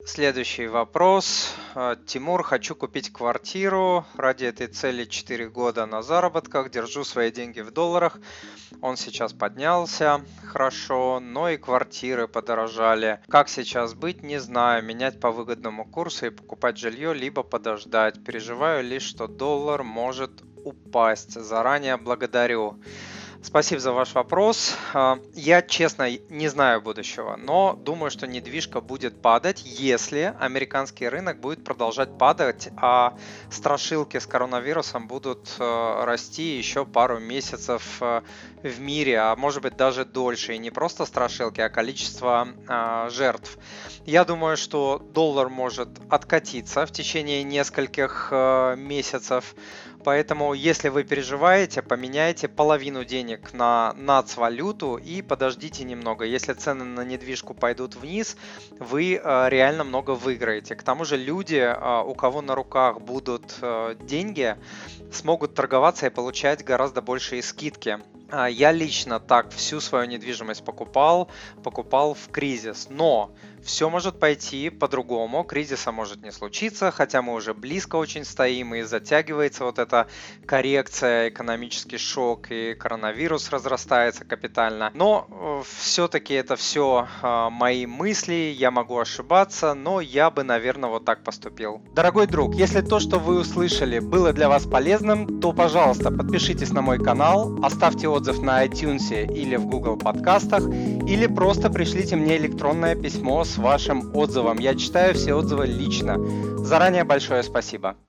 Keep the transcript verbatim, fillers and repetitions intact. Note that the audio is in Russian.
Следующий вопрос. Э, Тимур, хочу купить квартиру. Ради этой цели четыре года на заработках. Держу свои деньги в долларах. Он сейчас поднялся хорошо, но и квартиры подорожали. Как сейчас быть, не знаю. Менять по выгодному курсу и покупать жилье, либо подождать. Переживаю лишь, что доллар может упасть. Заранее благодарю. Спасибо за ваш вопрос. А, Я, честно, не знаю будущего, но думаю, что недвижка будет падать, если американский рынок будет продолжать падать, а страшилки с коронавирусом будут э, расти еще пару месяцев э, в мире, а может быть даже дольше. И не просто страшилки, а количество а, жертв. Я думаю, что доллар может откатиться в течение нескольких э, месяцев. Поэтому, если вы переживаете, поменяйте половину денег на нацвалюту и подождите немного. Если цены на недвижку пойдут вниз, вы э, реально много выиграете. К тому же люди, э, у кого на руках будут э, деньги, смогут торговаться и получать гораздо большие скидки. А, Я лично так всю свою недвижимость покупал, покупал в кризис, но все может пойти по-другому, кризиса может не случиться, хотя мы уже близко очень стоим и затягивается вот эта коррекция, экономический шок и коронавирус разрастается капитально. Но все-таки это все мои мысли, я могу ошибаться, но я бы, наверное, вот так поступил. Дорогой друг, если то, что вы услышали, было для вас полезным, то, пожалуйста, подпишитесь на мой канал, оставьте отзыв на iTunes или в Google подкастах, или просто пришлите мне электронное письмо с вашим отзывом. Я читаю все отзывы лично. Заранее большое спасибо.